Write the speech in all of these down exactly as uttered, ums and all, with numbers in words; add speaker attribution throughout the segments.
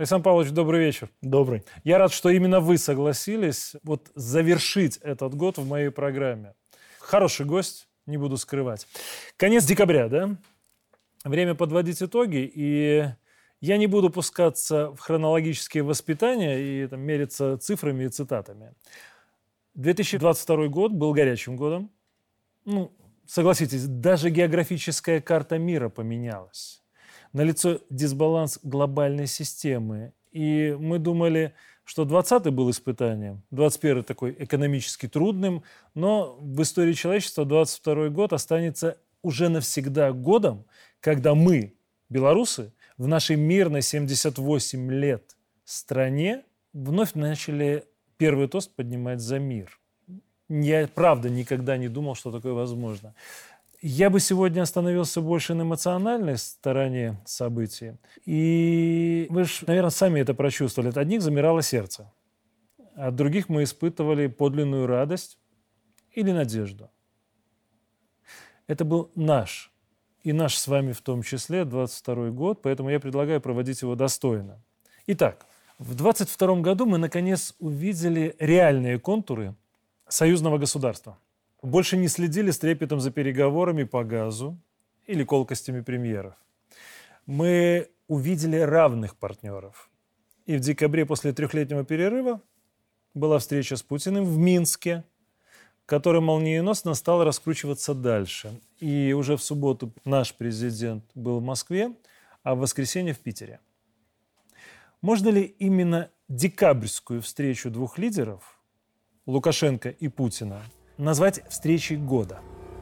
Speaker 1: Александр Павлович, добрый вечер.
Speaker 2: Добрый.
Speaker 1: Я рад, что именно вы согласились вот завершить этот год в моей программе. Хороший гость, не буду скрывать. Конец декабря, да? Время подводить итоги, и я не буду пускаться в хронологические воспитания и там, мериться цифрами и цитатами. две тысячи двадцать второй год был горячим годом. Ну, согласитесь, даже географическая карта мира поменялась. Налицо дисбаланс глобальной системы. И мы думали, что двадцатый был испытанием, двадцать первый такой экономически трудным, но в истории человечества двадцать второй год останется уже навсегда годом, когда мы, белорусы, в нашей мирной семьдесят восемь лет стране вновь начали первый тост поднимать за мир. Я, правда, никогда не думал, что такое возможно. Я бы сегодня остановился больше на эмоциональной стороне событий. И вы же, наверное, сами это прочувствовали. От одних замирало сердце, от других мы испытывали подлинную радость или надежду. Это был наш, и наш с вами в том числе, двадцать второй год, поэтому я предлагаю проводить его достойно. Итак, в двадцать втором году мы, наконец, увидели реальные контуры союзного государства. Больше не следили с трепетом за переговорами по газу или колкостями премьеров. Мы увидели равных партнеров. И в декабре после трехлетнего перерыва была встреча с Путиным в Минске, которая молниеносно стала раскручиваться дальше. И уже в субботу наш президент был в Москве, а в воскресенье в Питере. Можно ли именно декабрьскую встречу двух лидеров, Лукашенко и Путина, назвать встречей года?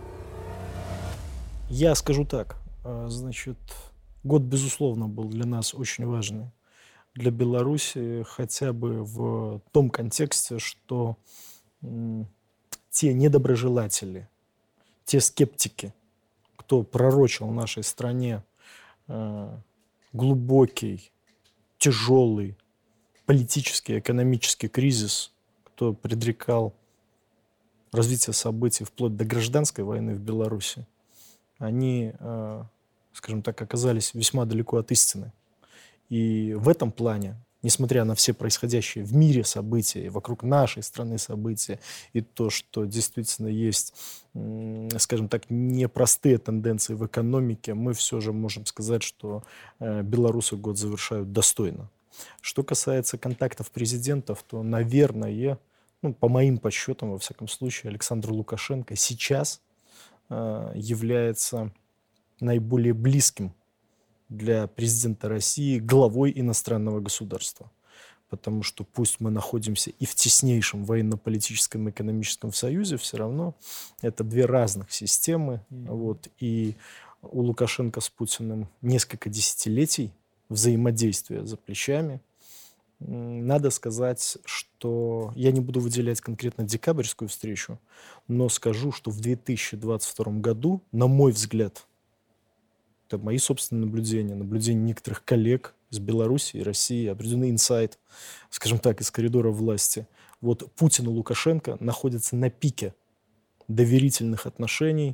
Speaker 2: Я скажу так. Значит, год, безусловно, был для нас очень важный. Для Беларуси хотя бы в том контексте, что м, те недоброжелатели, те скептики, кто пророчил нашей стране э, глубокий, тяжелый политический, экономический кризис, кто предрекал развитие событий вплоть до гражданской войны в Беларуси, они, э, скажем так, оказались весьма далеко от истины. И в этом плане, несмотря на все происходящие в мире события, и вокруг нашей страны события, и то, что действительно есть, э, скажем так, непростые тенденции в экономике, мы все же можем сказать, что э, белорусы год завершают достойно. Что касается контактов президентов, то, наверное, ну, по моим подсчетам, во всяком случае, Александр Лукашенко сейчас э, является наиболее близким для президента России главой иностранного государства. Потому что пусть мы находимся и в теснейшем военно-политическом и экономическом союзе, все равно это две разных системы. Mm-hmm. Вот, и у Лукашенко с Путиным несколько десятилетий взаимодействия за плечами. Надо сказать, что я не буду выделять конкретно декабрьскую встречу, но скажу, что в две тысячи двадцать втором году, на мой взгляд, это мои собственные наблюдения, наблюдения некоторых коллег из Беларуси и России, определенный инсайт, скажем так, из коридора власти. Вот Путин и Лукашенко находятся на пике доверительных отношений,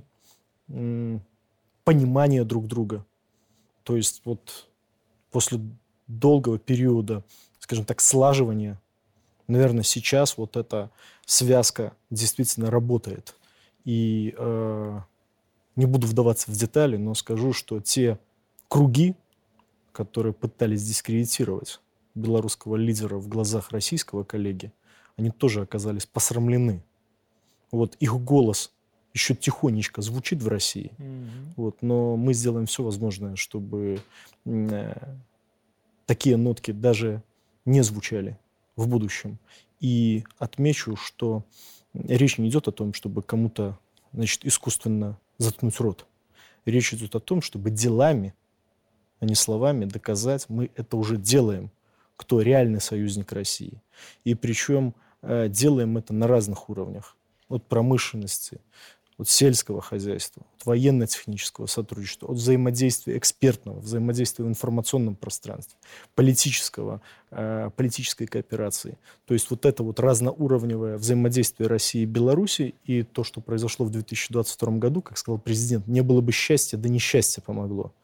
Speaker 2: понимания друг друга. То есть вот после долгого периода, скажем так, слаживания, наверное, сейчас вот эта связка действительно работает. И э, не буду вдаваться в детали, но скажу, что те круги, которые пытались дискредитировать белорусского лидера в глазах российского коллеги, они тоже оказались посрамлены. Вот их голос еще тихонечко звучит в России, mm-hmm. вот, но мы сделаем все возможное, чтобы э, такие нотки даже не звучали в будущем. И отмечу, что речь не идет о том, чтобы кому-то, значит, искусственно заткнуть рот. Речь идет о том, чтобы делами, а не словами доказать, мы это уже делаем, кто реальный союзник России. И причем э, делаем это на разных уровнях. От промышленности, от сельского хозяйства, от военно-технического сотрудничества, от взаимодействия экспертного, взаимодействия в информационном пространстве, политического, э, политической кооперации. То есть вот это вот разноуровневое взаимодействие России и Беларуси и то, что произошло в две тысячи двадцать втором году, как сказал президент, не было бы счастья, да несчастье помогло.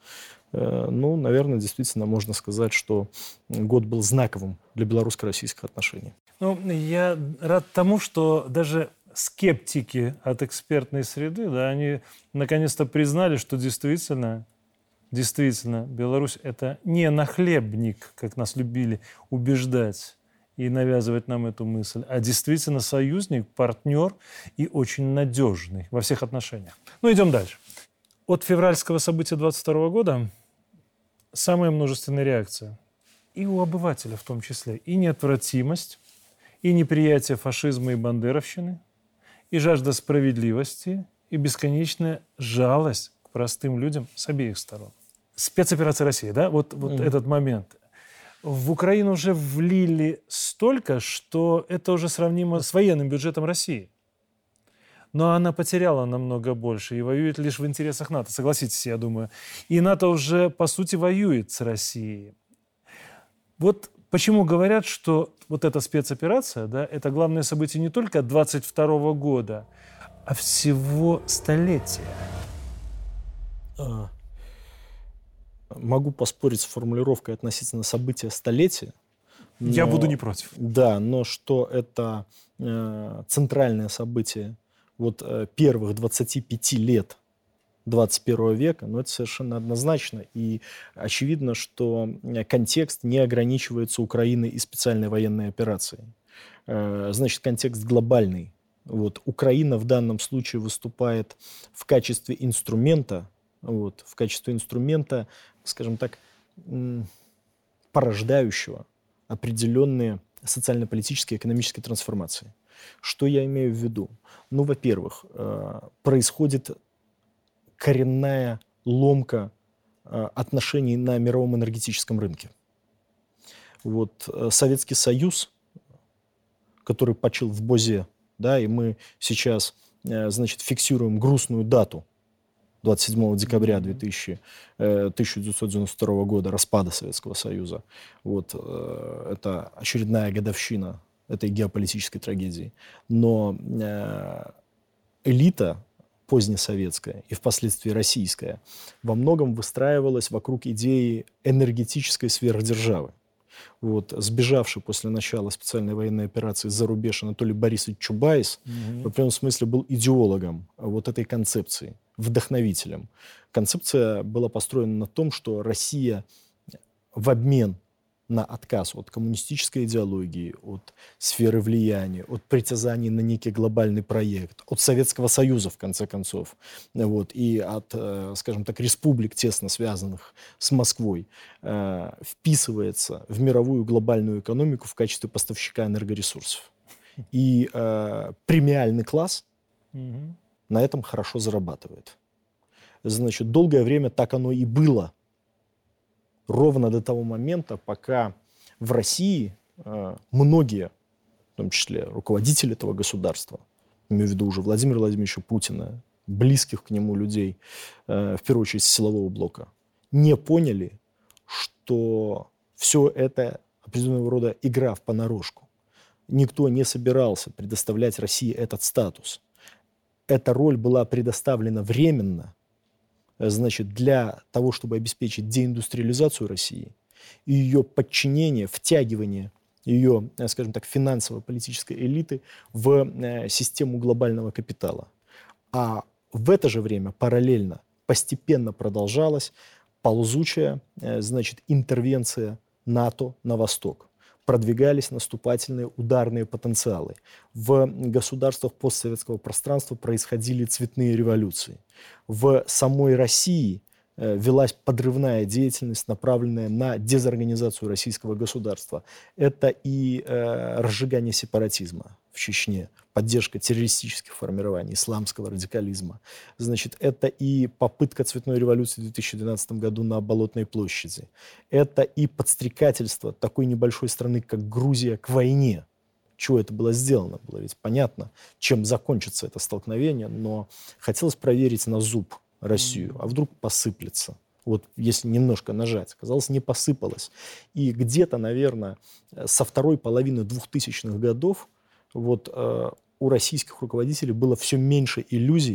Speaker 2: Ну, наверное, действительно можно сказать, что год был знаковым для белорусско-российских отношений.
Speaker 1: Ну, я рад тому, что даже скептики от экспертной среды, да, они наконец-то признали, что действительно, действительно, Беларусь – это не нахлебник, как нас любили убеждать и навязывать нам эту мысль, а действительно союзник, партнер и очень надежный во всех отношениях. Ну, идем дальше. От февральского события двадцать второго года самая множественная реакция. И у обывателя в том числе. И неотвратимость, и неприятие фашизма и бандеровщины, и жажда справедливости, и бесконечная жалость к простым людям с обеих сторон. Спецоперация России, да, вот, вот mm-hmm. этот момент. В Украину уже влили столько, что это уже сравнимо с военным бюджетом России. Но она потеряла намного больше и воюет лишь в интересах НАТО. Согласитесь, я думаю. И НАТО уже, по сути, воюет с Россией. Вот почему говорят, что вот эта спецоперация, да, это главное событие не только двадцать второго года, а всего столетия.
Speaker 2: Могу поспорить с формулировкой относительно события столетия.
Speaker 1: Но, я буду не против.
Speaker 2: Да, но что это э, центральное событие вот э, первых двадцати пяти лет двадцать первого века, но это совершенно однозначно. И очевидно, что контекст не ограничивается Украиной и специальной военной операцией. Э, значит, контекст глобальный. Вот. Украина в данном случае выступает в качестве инструмента, вот, в качестве инструмента, скажем так, порождающего определенные социально-политические и экономические трансформации. Что я имею в виду? Ну, во-первых, происходит коренная ломка отношений на мировом энергетическом рынке. Вот Советский Союз, который почил в Бозе, да, и мы сейчас, значит, фиксируем грустную дату двадцать седьмого декабря тысяча девятьсот девяносто второго года, распада Советского Союза. Вот, э, это очередная годовщина этой геополитической трагедии. Но э, элита позднесоветская и впоследствии российская во многом выстраивалась вокруг идеи энергетической сверхдержавы. Вот, сбежавший после начала специальной военной операции за рубеж Анатолий Борисович Чубайс mm-hmm. в определенном смысле был идеологом вот этой концепции, вдохновителем. Концепция была построена на том, что Россия в обмен на отказ от коммунистической идеологии, от сферы влияния, от притязаний на некий глобальный проект, от Советского Союза, в конце концов, вот, и от, скажем так, республик, тесно связанных с Москвой, э, вписывается в мировую глобальную экономику в качестве поставщика энергоресурсов. И э, премиальный класс mm-hmm. на этом хорошо зарабатывает. Значит, долгое время так оно и было. Ровно до того момента, пока в России э, многие, в том числе руководители этого государства, имею в виду уже Владимира Владимировича Путина, близких к нему людей, э, в первую очередь силового блока, не поняли, что все это определенного рода игра в понарошку. Никто не собирался предоставлять России этот статус. Эта роль была предоставлена временно, значит, для того, чтобы обеспечить деиндустриализацию России и ее подчинение, втягивание ее, скажем так, финансово-политической элиты в систему глобального капитала. А в это же время параллельно, постепенно продолжалась ползучая, значит, интервенция НАТО на восток. Продвигались наступательные ударные потенциалы. В государствах постсоветского пространства происходили цветные революции. В самой России э, велась подрывная деятельность, направленная на дезорганизацию российского государства. Это и э, разжигание сепаратизма в Чечне, поддержка террористических формирований, исламского радикализма. Значит, это и попытка цветной революции в две тысячи двенадцатом году на Болотной площади. Это и подстрекательство такой небольшой страны, как Грузия, к войне. Чего это было сделано? Было ведь понятно, чем закончится это столкновение, но хотелось проверить на зуб Россию, а вдруг посыплется. Вот если немножко нажать. Казалось, не посыпалось. И где-то, наверное, со второй половины двухтысячных годов вот, э, у российских руководителей было все меньше иллюзий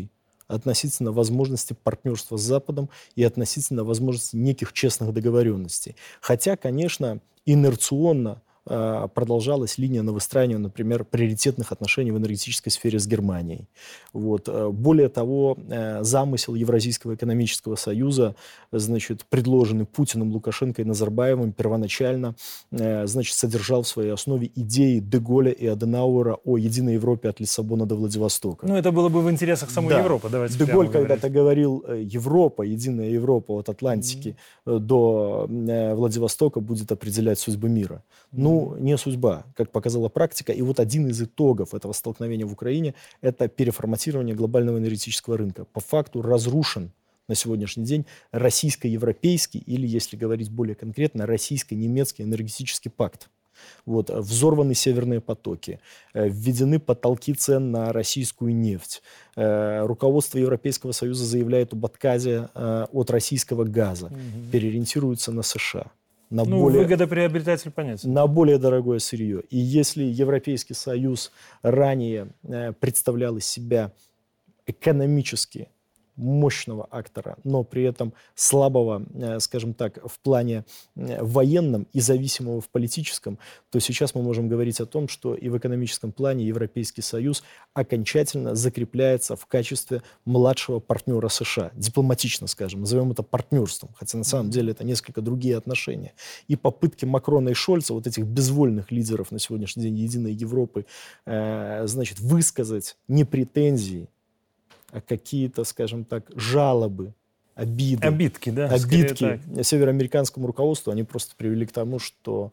Speaker 2: относительно возможности партнерства с Западом и относительно возможности неких честных договоренностей. Хотя, конечно, инерционно продолжалась линия на выстраивание, например, приоритетных отношений в энергетической сфере с Германией. Вот. Более того, замысел Евразийского экономического союза, значит, предложенный Путиным, Лукашенко и Назарбаевым, первоначально, значит, содержал в своей основе идеи Де-Голля и Аденауэра о единой Европе от Лиссабона до Владивостока.
Speaker 1: Ну, это было бы в интересах самой
Speaker 2: да.
Speaker 1: Европы. Давайте
Speaker 2: Де-Голь когда-то говорил, Европа, единая Европа от Атлантики mm-hmm. до Владивостока будет определять судьбы мира. Ну, не судьба, как показала практика. И вот один из итогов этого столкновения в Украине – это переформатирование глобального энергетического рынка. По факту разрушен на сегодняшний день российско-европейский, или, если говорить более конкретно, российско-немецкий энергетический пакт. Вот, взорваны северные потоки, введены потолки цен на российскую нефть. Руководство Европейского Союза заявляет об отказе от российского газа, угу. переориентируется на США. На
Speaker 1: ну,
Speaker 2: более,
Speaker 1: выгодоприобретатель, понятно.
Speaker 2: На более дорогое сырье. И если Европейский Союз ранее э, представлял из себя экономически мощного актора, но при этом слабого, э, скажем так, в плане э, военном и зависимого в политическом, то сейчас мы можем говорить о том, что и в экономическом плане Европейский Союз окончательно закрепляется в качестве младшего партнера США. Дипломатично, скажем, назовем это партнерством, хотя на самом деле это несколько другие отношения. И попытки Макрона и Шольца, вот этих безвольных лидеров на сегодняшний день Единой Европы, э, значит, высказать не претензии, а какие-то, скажем так, жалобы, обиды,
Speaker 1: обидки, да,
Speaker 2: обидки североамериканскому руководству, они просто привели к тому, что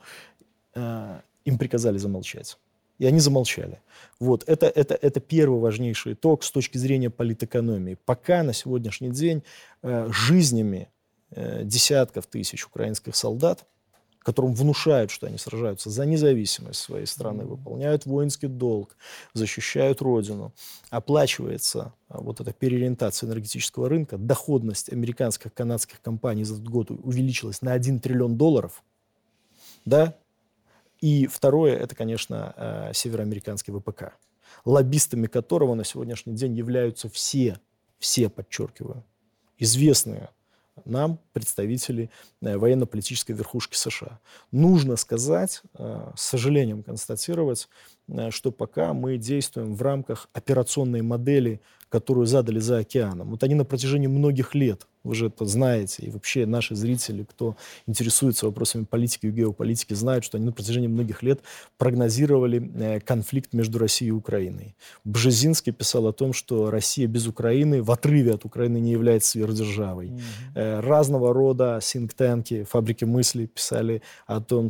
Speaker 2: э, им приказали замолчать. И они замолчали. Вот. Это, это, это первый важнейший итог с точки зрения политэкономии. Пока на сегодняшний день э, жизнями э, десятков тысяч украинских солдат, которым внушают, что они сражаются за независимость своей страны, выполняют воинский долг, защищают родину, оплачивается вот эта переориентация энергетического рынка, доходность американских, канадских компаний за этот год увеличилась на один триллион долларов, да? И второе, это, конечно, североамериканский ВПК, лоббистами которого на сегодняшний день являются все, все, подчеркиваю, известные нам представители э, военно-политической верхушки США. Нужно сказать, э, с сожалением констатировать, э, что пока мы действуем в рамках операционной модели, которую задали за океаном. Вот они на протяжении многих лет, вы же это знаете, и вообще наши зрители, кто интересуется вопросами политики и геополитики, знают, что они на протяжении многих лет прогнозировали э, конфликт между Россией и Украиной. Бжезинский писал о том, что Россия без Украины, в отрыве от Украины, не является сверхдержавой. Mm-hmm. Э, разного рода синктенки, фабрики мысли писали о том,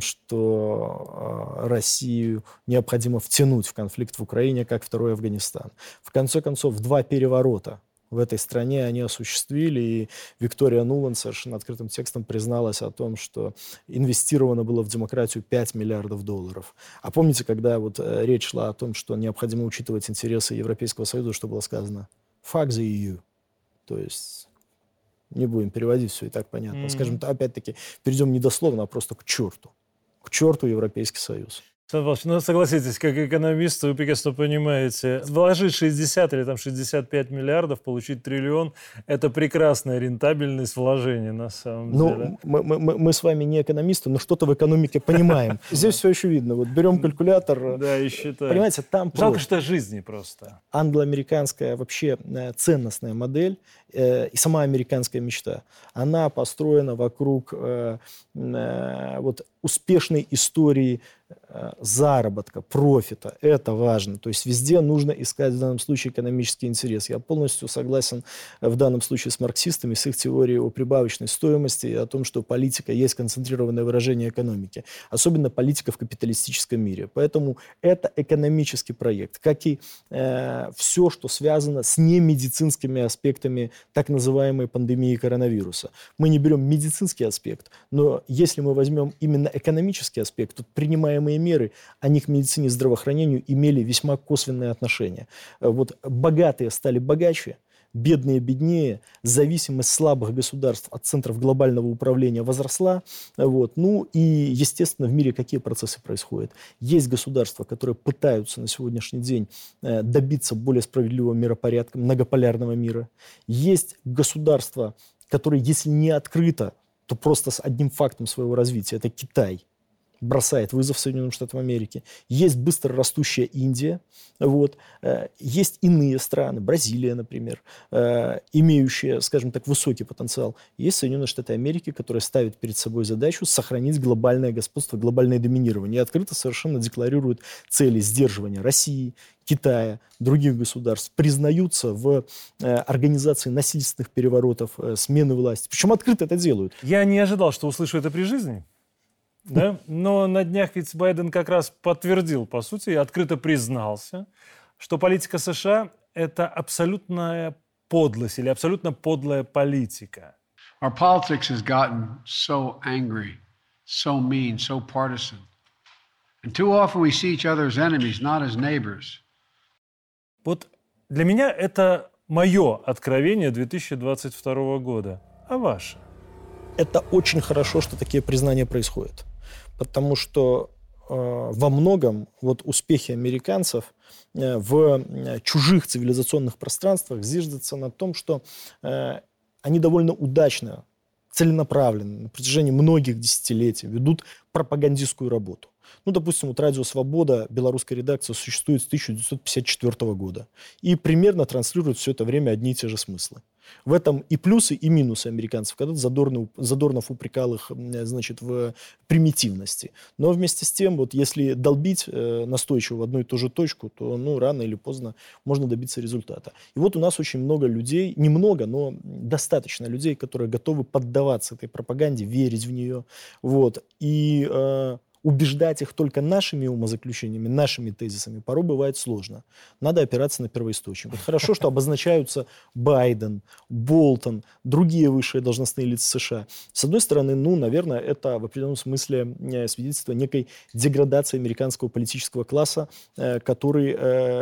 Speaker 2: что э, Россию необходимо втянуть в конфликт в Украине, как второй Афганистан. В конце концов, два переворота в этой стране они осуществили, и Виктория Нуланд совершенно открытым текстом призналась о том, что инвестировано было в демократию пять миллиардов долларов. А помните, когда вот э, речь шла о том, что необходимо учитывать интересы Европейского Союза, что было сказано? Fuck the и ю. То есть не будем переводить, все и так понятно. Mm-hmm. Скажем, опять-таки, перейдем не дословно, а просто к черту. К черту Европейский Союз.
Speaker 1: Ну, согласитесь, как экономист, вы прекрасно понимаете, вложить шестьдесят или там шестьдесят пять миллиардов, получить триллион – это прекрасная рентабельность вложений на самом
Speaker 2: ну,
Speaker 1: деле.
Speaker 2: Мы, мы, мы с вами не экономисты, но что-то в экономике понимаем. Здесь все еще видно. Вот берем калькулятор.
Speaker 1: Да, и считаем.
Speaker 2: Понимаете, там
Speaker 1: жалко, что жизни просто.
Speaker 2: Англо-американская вообще ценностная модель э, и сама американская мечта, она построена вокруг э, э, вот, успешной истории заработка, профита. Это важно. То есть везде нужно искать в данном случае экономический интерес. Я полностью согласен в данном случае с марксистами, с их теорией о прибавочной стоимости и о том, что политика есть концентрированное выражение экономики. Особенно политика в капиталистическом мире. Поэтому это экономический проект, как и э, все, что связано с немедицинскими аспектами так называемой пандемии коронавируса. Мы не берем медицинский аспект, но если мы возьмем именно экономический аспект, то принимаемые меры, они к медицине и здравоохранению имели весьма косвенное отношение. Вот богатые стали богаче, бедные беднее, зависимость слабых государств от центров глобального управления возросла. Вот. Ну и, естественно, в мире какие процессы происходят? Есть государства, которые пытаются на сегодняшний день добиться более справедливого миропорядка, многополярного мира. Есть государства, которые, если не открыто, то просто с одним фактом своего развития, это Китай, бросает вызов Соединенным Штатам Америки. Есть быстро растущая Индия. Вот. Есть иные страны, Бразилия, например, имеющие, скажем так, высокий потенциал. Есть Соединенные Штаты Америки, которые ставят перед собой задачу сохранить глобальное господство, глобальное доминирование. И открыто совершенно декларируют цели сдерживания России, Китая, других государств, признаются в организации насильственных переворотов, смены власти. Причем открыто это делают.
Speaker 1: Я не ожидал, что услышу это при жизни. Да? Но на днях ведь Байден как раз подтвердил, по сути, и открыто признался, что политика США – это абсолютная подлость или абсолютно подлая политика.
Speaker 3: Our politics has gotten so angry, so mean, so partisan. And too often we see each other as enemies, not as neighbors.
Speaker 1: Вот для меня это мое откровение две тысячи двадцать второго года. А ваше?
Speaker 2: Это очень хорошо, что такие признания происходят. Потому что э, во многом вот успехи американцев э, в э, чужих цивилизационных пространствах зиждятся на том, что э, они довольно удачно, целенаправленно на протяжении многих десятилетий ведут пропагандистскую работу. Ну, допустим, вот «Радио Свобода», белорусская редакция, существует с тысяча девятьсот пятьдесят четвёртого года. И примерно транслирует все это время одни и те же смыслы. В этом и плюсы, и минусы американцев. Когда-то Задорнов, Задорнов упрекал их, значит, в примитивности. Но вместе с тем, вот если долбить э, настойчиво в одну и ту же точку, то ну, рано или поздно можно добиться результата. И вот у нас очень много людей, немного, но достаточно людей, которые готовы поддаваться этой пропаганде, верить в нее. Вот. И... Э, убеждать их только нашими умозаключениями, нашими тезисами порой бывает сложно. Надо опираться на первоисточник. Вот хорошо, что обозначаются Байден, Болтон, другие высшие должностные лица США. С одной стороны, ну, наверное, это в определенном смысле свидетельство некой деградации американского политического класса, который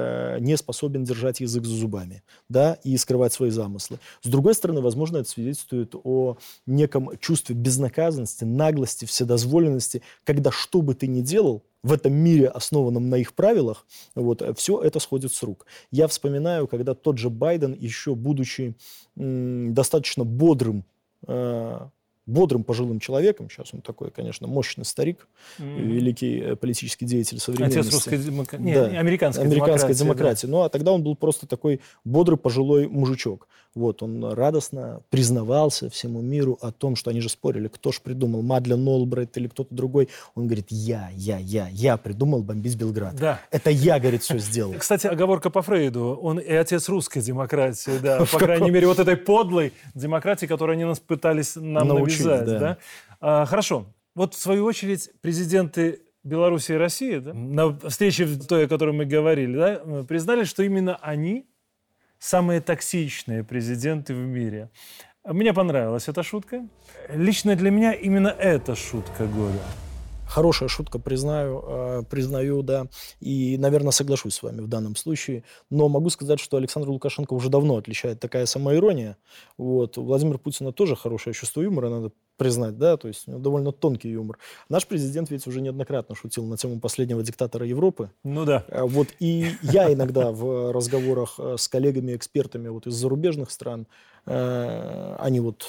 Speaker 2: не способен держать язык за зубами, да, и скрывать свои замыслы. С другой стороны, возможно, это свидетельствует о неком чувстве безнаказанности, наглости, вседозволенности, когда что бы ты ни делал в этом мире, основанном на их правилах, вот, все это сходит с рук. Я вспоминаю, когда тот же Байден, еще будучи м, достаточно бодрым, э, бодрым пожилым человеком, сейчас он такой, конечно, мощный старик, mm-hmm. великий политический деятель современности.
Speaker 1: Отец русской демократии, не,
Speaker 2: да,
Speaker 1: американской,
Speaker 2: американской
Speaker 1: демократии.
Speaker 2: демократии. Да. Ну, а тогда он был просто такой бодрый пожилой мужичок. Вот, он радостно признавался всему миру о том, что они же спорили, кто же придумал, Мадлен Олбрайт или кто-то другой. Он говорит, я, я, я, я придумал бомбить Белград.
Speaker 1: Да.
Speaker 2: Это я, говорит, все сделал.
Speaker 1: Кстати, оговорка по Фрейду. Он и отец русской демократии, да. По крайней мере, вот этой подлой демократии, которую они нас пытались нам навязать. Да. А, хорошо. Вот, в свою очередь, президенты Беларуси и России, да, на встрече той, о которой мы говорили, да, признали, что именно они самые токсичные президенты в мире. Мне понравилась эта шутка. Лично для меня именно эта шутка года.
Speaker 2: Хорошая шутка, признаю, э, признаю, да, и, наверное, соглашусь с вами в данном случае, но могу сказать, что Александр Лукашенко уже давно отличает такая самоирония, вот, у Владимира Путина тоже хорошее чувство юмора, надо признать, да, то есть у него довольно тонкий юмор. Наш президент ведь уже неоднократно шутил на тему последнего диктатора Европы.
Speaker 1: Ну да.
Speaker 2: Вот, и я иногда в разговорах с коллегами-экспертами вот из зарубежных стран, э, они вот...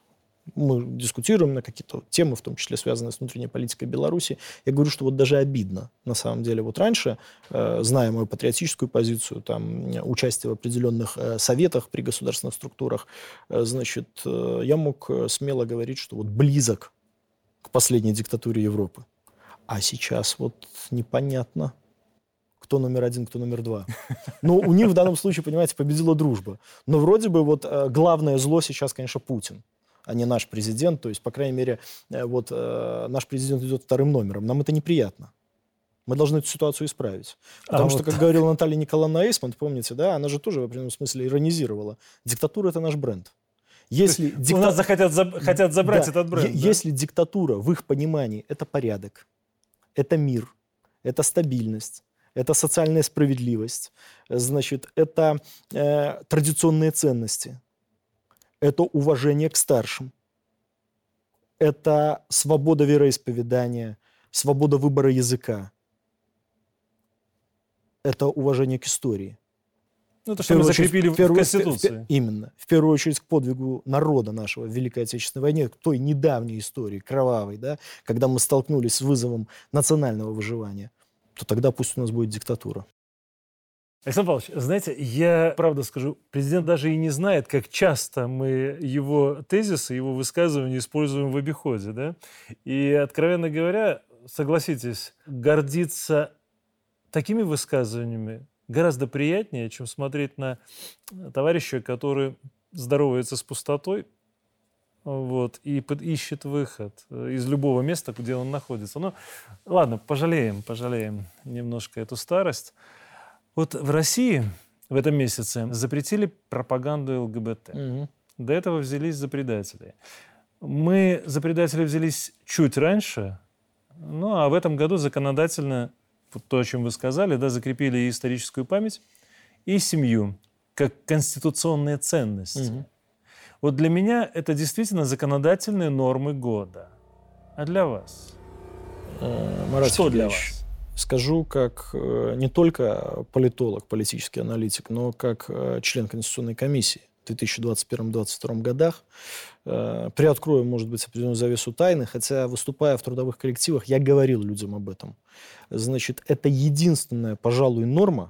Speaker 2: Мы дискутируем на какие-то темы, в том числе связанные с внутренней политикой Беларуси. Я говорю, что вот даже обидно, на самом деле. Вот раньше, э, зная мою патриотическую позицию, там, участие в определенных э, советах при государственных структурах, э, значит, э, я мог смело говорить, что вот близок к последней диктатуре Европы. А сейчас вот непонятно, кто номер один, кто номер два. Но у них в данном случае, понимаете, победила дружба. Но вроде бы вот э, главное зло сейчас, конечно, Путин, а не наш президент. То есть, по крайней мере, вот э, наш президент идет вторым номером. Нам это неприятно. Мы должны эту ситуацию исправить. Потому а что, вот... как говорила Наталья Николаевна Эйсмонт, помните, да, она же тоже в определенном смысле иронизировала. Диктатура – это наш бренд. Если
Speaker 1: дикта... У нас захотят, заб... хотят забрать да. этот бренд.
Speaker 2: Е- да? Если диктатура, в их понимании, это порядок, это мир, это стабильность, это социальная справедливость, значит, это э, традиционные ценности, это уважение к старшим, это свобода вероисповедания, свобода выбора языка, это уважение к истории.
Speaker 1: Ну, то, что мы закрепили в, в Конституции.
Speaker 2: В, в, именно. В первую очередь к подвигу народа нашего в Великой Отечественной войне, к той недавней истории, кровавой, да, когда мы столкнулись с вызовом национального выживания, то тогда пусть у нас будет диктатура.
Speaker 1: Александр Павлович, знаете, я правда скажу, президент даже и не знает, как часто мы его тезисы, его высказывания используем в обиходе, да? И, откровенно говоря, согласитесь, гордиться такими высказываниями гораздо приятнее, чем смотреть на товарища, который здоровается с пустотой, вот, и ищет выход из любого места, где он находится. Ну, ладно, пожалеем, пожалеем немножко эту старость. Вот в России в этом месяце запретили пропаганду ЛГБТ. Угу. До этого взялись за предателей. Мы за предателей взялись чуть раньше, ну, а в этом году законодательно то, о чем вы сказали, да, закрепили и историческую память, и семью, как конституционные ценности. Угу. Вот для меня это действительно законодательные нормы года. А для вас?
Speaker 2: Марат
Speaker 1: Что
Speaker 2: Сергеевич,
Speaker 1: для вас?
Speaker 2: Скажу как не только политолог, политический аналитик, но как член Конституционной комиссии в две тысячи двадцать первом — две тысячи двадцать втором годах. Приоткрою, может быть, определенную завесу тайны, хотя, выступая в трудовых коллективах, я говорил людям об этом. Значит, это единственная, пожалуй, норма,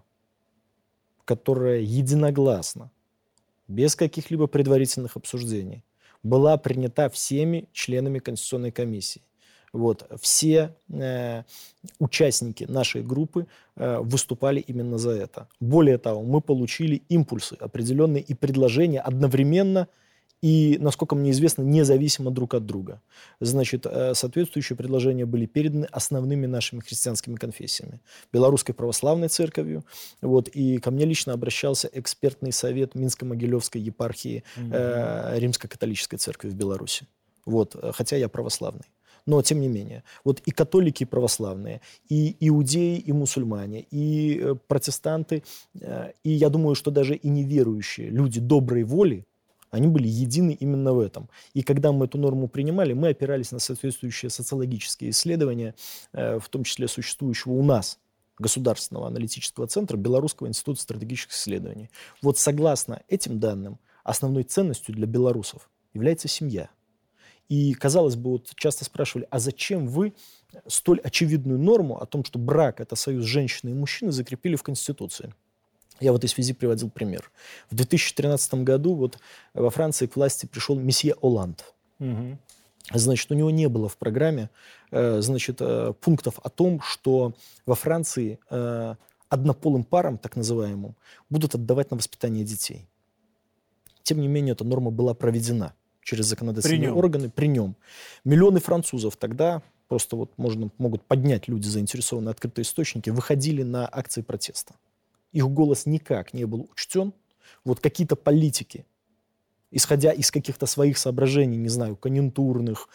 Speaker 2: которая единогласно, без каких-либо предварительных обсуждений, была принята всеми членами Конституционной комиссии. Вот, все э, участники нашей группы э, выступали именно за это. Более того, мы получили импульсы определенные и предложения одновременно и, насколько мне известно, независимо друг от друга. Значит, э, соответствующие предложения были переданы основными нашими христианскими конфессиями. Белорусской православной церковью. Вот, и ко мне лично обращался экспертный совет Минско-Могилевской епархии э, Римско-католической церкви в Беларуси. Вот, хотя я православный. Но, тем не менее, вот и католики, и православные, и иудеи, и мусульмане, и э, протестанты, э, и, я думаю, что даже и неверующие люди доброй воли, они были едины именно в этом. И когда мы эту норму принимали, мы опирались на соответствующие социологические исследования, э, в том числе существующего у нас Государственного аналитического центра Белорусского института стратегических исследований. Вот согласно этим данным, основной ценностью для белорусов является семья. И, казалось бы, вот часто спрашивали, а зачем вы столь очевидную норму о том, что брак – это союз женщины и мужчины, закрепили в Конституции? Я в этой связи приводил пример. В две тысячи тринадцатом году вот во Франции к власти пришел месье Олланд. Угу. Значит, у него не было в программе значит, пунктов о том, что во Франции однополым парам, так называемым, будут отдавать на воспитание детей. Тем не менее, эта норма была проведена через законодательные при органы при нем. Миллионы французов тогда, просто вот можно, могут поднять люди, заинтересованные, открытые источники, выходили на акции протеста. Их голос никак не был учтен. Вот какие-то политики, исходя из каких-то своих соображений, не знаю, конъюнктурных,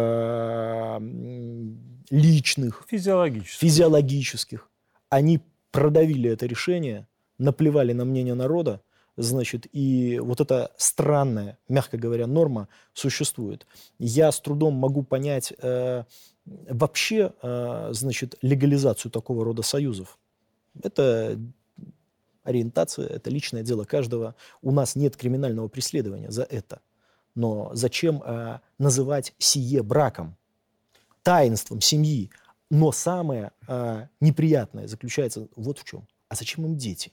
Speaker 2: э, личных,
Speaker 1: физиологических.
Speaker 2: физиологических, они продавили это решение, наплевали на мнение народа. Значит, и вот эта странная, мягко говоря, норма существует. Я с трудом могу понять э, вообще, э, значит, легализацию такого рода союзов. Это ориентация, это личное дело каждого. У нас нет криминального преследования за это. Но зачем э, называть сие браком, таинством семьи? Но самое э, неприятное заключается вот в чем. А зачем им дети?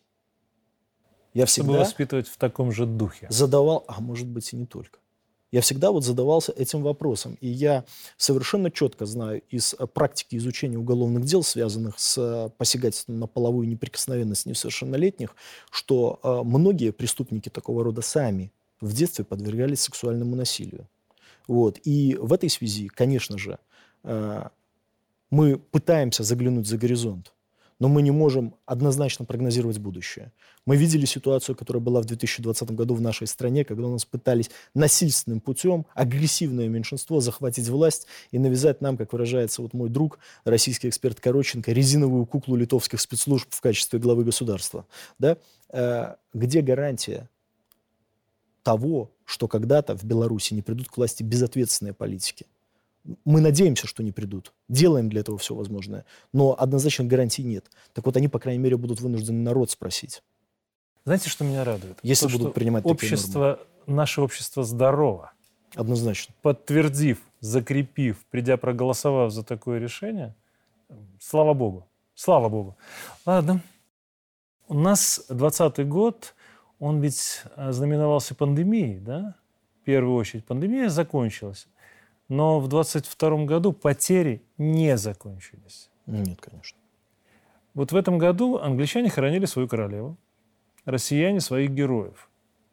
Speaker 2: Я всегда
Speaker 1: Чтобы воспитывать в таком же духе.
Speaker 2: Задавал, а может быть и не только. Я всегда вот задавался этим вопросом. И я совершенно четко знаю из практики изучения уголовных дел, связанных с посягательством на половую неприкосновенность несовершеннолетних, что э, многие преступники такого рода сами в детстве подвергались сексуальному насилию. Вот. И в этой связи, конечно же, э, мы пытаемся заглянуть за горизонт. но мы не можем однозначно прогнозировать будущее. Мы видели ситуацию, которая была в две тысячи двадцатом году в нашей стране, когда у нас пытались насильственным путем, агрессивное меньшинство, захватить власть и навязать нам, как выражается вот мой друг, российский эксперт Коротченко, резиновую куклу литовских спецслужб в качестве главы государства. Да? Где гарантия того, что когда-то в Беларуси не придут к власти безответственные политики? Мы надеемся, что не придут. Делаем для этого все возможное. Но однозначно гарантий нет. Так вот, они, по крайней мере, будут вынуждены народ спросить.
Speaker 1: Знаете, что меня радует?
Speaker 2: Если
Speaker 1: То,
Speaker 2: будут принимать
Speaker 1: общество,
Speaker 2: такие
Speaker 1: нормы. Наше общество здорово.
Speaker 2: Однозначно.
Speaker 1: Подтвердив, закрепив, придя проголосовав за такое решение, слава Богу. Слава Богу. Ладно. У нас двадцатый год, он ведь знаменовался пандемией, да? В первую очередь пандемия закончилась. Но в двадцать втором году потери не закончились.
Speaker 2: Нет, конечно.
Speaker 1: Вот в этом году англичане хоронили свою королеву, россияне своих героев.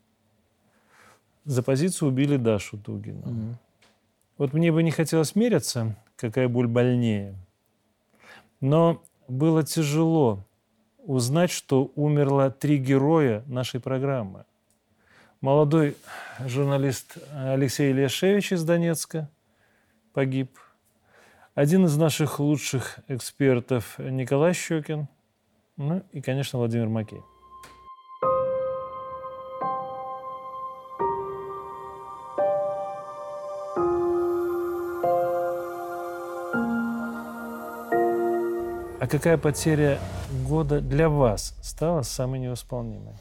Speaker 1: За позицию убили Дашу Дугину. Mm-hmm. Вот мне бы не хотелось меряться, какая боль больнее. Но было тяжело узнать, что умерло три героя нашей программы. Молодой журналист Алексей Ильяшевич из Донецка погиб. Один из наших лучших экспертов Николай Щекин. Ну и, конечно, Владимир Макей. А какая потеря года для вас стала самой невосполнимой?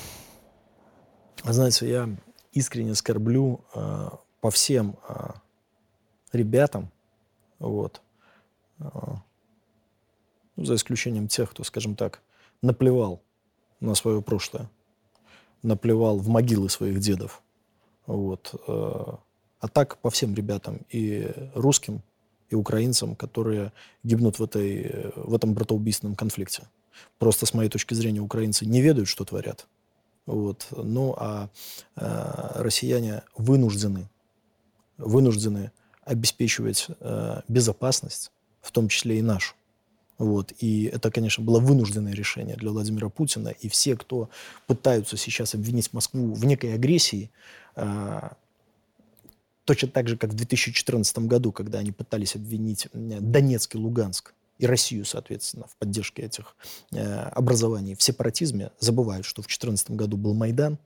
Speaker 2: Знаете, я искренне скорблю э, по всем э, ребятам, вот, э, ну, за исключением тех, кто, скажем так, наплевал на свое прошлое, наплевал в могилы своих дедов. Вот, э, а так по всем ребятам, и русским, и украинцам, которые гибнут в, этой, в этом братоубийственном конфликте. Просто, с моей точки зрения, украинцы не ведают, что творят. Вот. Ну, а э, россияне вынуждены, вынуждены обеспечивать э, безопасность, в том числе и нашу. Вот. И это, конечно, было вынужденное решение для Владимира Путина. И все, кто пытаются сейчас обвинить Москву в некой агрессии, э, точно так же, как в две тысячи четырнадцатом году, когда они пытались обвинить Донецк и Луганск и Россию, соответственно, в поддержке этих э, образований в сепаратизме, забывают, что в две тысячи четырнадцатом году был Майдан,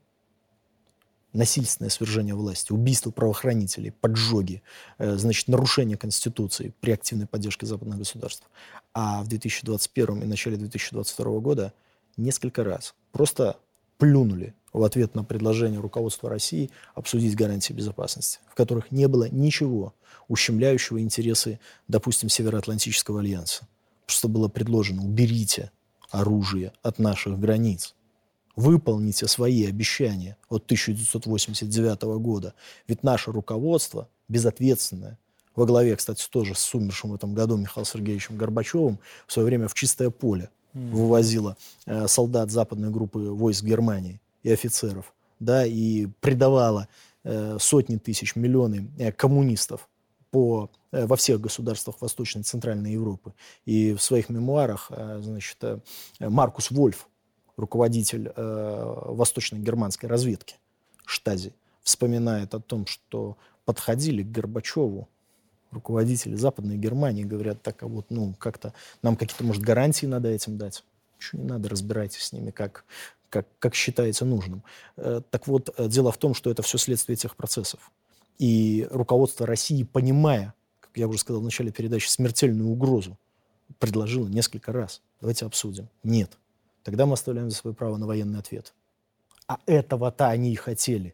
Speaker 2: насильственное свержение власти, убийство правоохранителей, поджоги, э, значит, нарушение Конституции при активной поддержке западных государств. А в две тысячи двадцать первом и начале две тысячи двадцать второго года несколько раз просто плюнули в ответ на предложение руководства России обсудить гарантии безопасности, в которых не было ничего ущемляющего интересы, допустим, Североатлантического альянса. Просто было предложено: уберите оружие от наших границ, выполните свои обещания от тысяча девятьсот восемьдесят девятого года. Ведь наше руководство безответственное, во главе, кстати, тоже с умершим в этом году Михаилом Сергеевичем Горбачевым, в свое время в чистое поле mm-hmm. вывозило э, солдат западной группы войск Германии и офицеров, да, и предавала э, сотни тысяч, миллионы э, коммунистов по, э, во всех государствах Восточной и Центральной Европы. И в своих мемуарах э, значит, э, Маркус Вольф, руководитель э, восточно-германской разведки Штази, вспоминает о том, что подходили к Горбачеву руководители Западной Германии, говорят: так, а вот, ну, как-то нам какие-то, может, гарантии надо этим дать. Ничего не надо, разбирайтесь с ними, как Как, как считается нужным. Э, так вот, э, дело в том, что это все следствие тех процессов. И руководство России, понимая, как я уже сказал в начале передачи, смертельную угрозу, предложило несколько раз: давайте обсудим. Нет. Тогда мы оставляем за собой право на военный ответ. А этого-то они и хотели.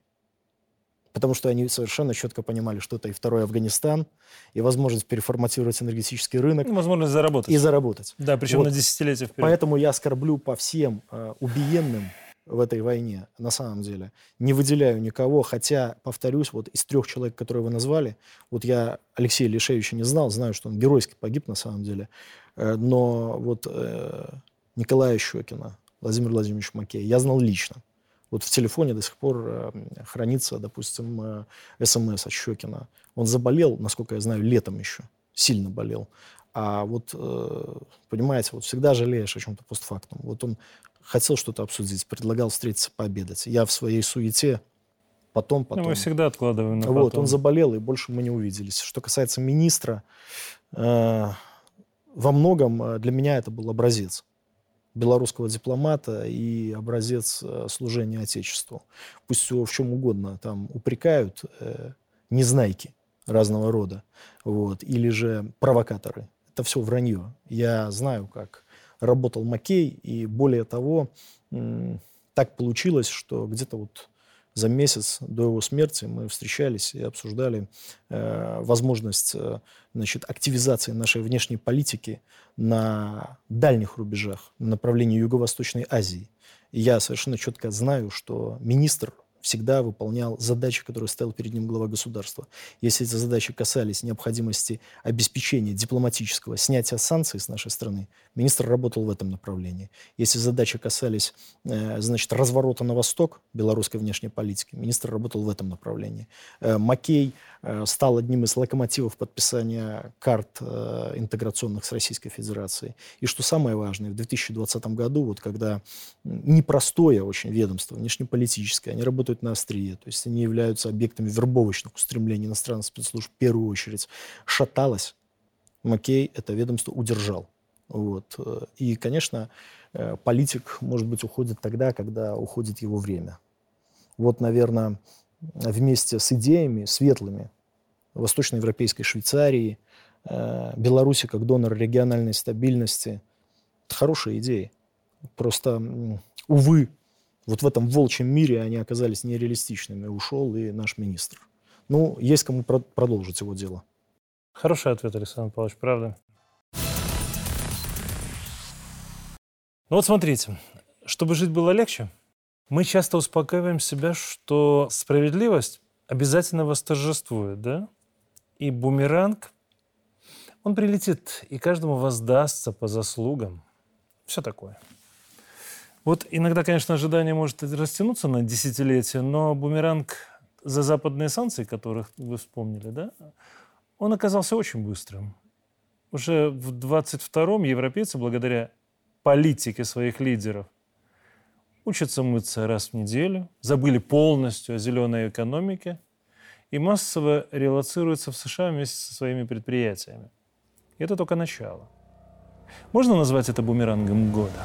Speaker 2: Потому что они совершенно четко понимали, что это и второй Афганистан, и возможность переформатировать энергетический рынок.
Speaker 1: Ну, возможность заработать.
Speaker 2: И заработать.
Speaker 1: Да, причем вот. На десятилетия вперед.
Speaker 2: Поэтому я скорблю по всем э, убиенным в этой войне, на самом деле. Не выделяю никого, хотя, повторюсь, вот из трех человек, которые вы назвали, вот я Алексея Ильяшевича не знал, знаю, что он геройски погиб на самом деле, э, но вот э, Николая Щекина, Владимира Владимировича Макея я знал лично. Вот в телефоне до сих пор э, хранится, допустим, э, смс от Щекина. Он заболел, насколько я знаю, летом еще, сильно болел. А вот, понимаете, вот всегда жалеешь о чем-то постфактум. Вот он хотел что-то обсудить, предлагал встретиться, пообедать. Я в своей суете потом, потом.
Speaker 1: Ну, мы всегда откладываем на потом.
Speaker 2: Вот, он заболел, и больше мы не увиделись. Что касается министра, э, во многом для меня это был образец белорусского дипломата и образец э, служения Отечеству. Пусть его в чем угодно там упрекают, э, незнайки разного рода, вот, или же провокаторы. Это все вранье. Я знаю, как работал Маккей, и более того, м- так получилось, что где-то вот за месяц до его смерти мы встречались и обсуждали э, возможность э, значит, активизации нашей внешней политики на дальних рубежах, на направлении Юго-Восточной Азии. И я совершенно четко знаю, что министр всегда выполнял задачи, которые ставил перед ним глава государства. Если эти задачи касались необходимости обеспечения дипломатического снятия санкций с нашей страны, министр работал в этом направлении. Если задачи касались, э, значит, разворота на восток белорусской внешней политики, министр работал в этом направлении. Э, Маккей э, стал одним из локомотивов подписания карт э, интеграционных с Российской Федерацией. И что самое важное, в две тысячи двадцатом году, вот когда непростое очень ведомство, внешнеполитическое, они работают на острие, то есть они являются объектами вербовочных устремлений иностранных спецслужб в первую очередь, шаталось, Маккей это ведомство удержал. Вот. И, конечно, политик, может быть, уходит тогда, когда уходит его время. Вот, наверное, вместе с идеями светлыми восточноевропейской Швейцарии, Беларуси как донор региональной стабильности, это хорошие идеи. Просто, увы, вот в этом волчьем мире они оказались нереалистичными. Ушел и наш министр. Ну, есть кому про- продолжить его дело.
Speaker 1: Хороший ответ, Александр Павлович, правда. Ну вот смотрите, чтобы жить было легче, мы часто успокаиваем себя, что справедливость обязательно восторжествует, да? И бумеранг, он прилетит, и каждому воздастся по заслугам. Все такое. Вот иногда, конечно, ожидание может растянуться на десятилетия, но бумеранг за западные санкции, которых вы вспомнили, да, он оказался очень быстрым. Уже в двадцать втором европейцы, благодаря политике своих лидеров, учатся мыться раз в неделю, забыли полностью о зеленой экономике и массово релоцируются в США вместе со своими предприятиями. И это только начало. Можно назвать это бумерангом года?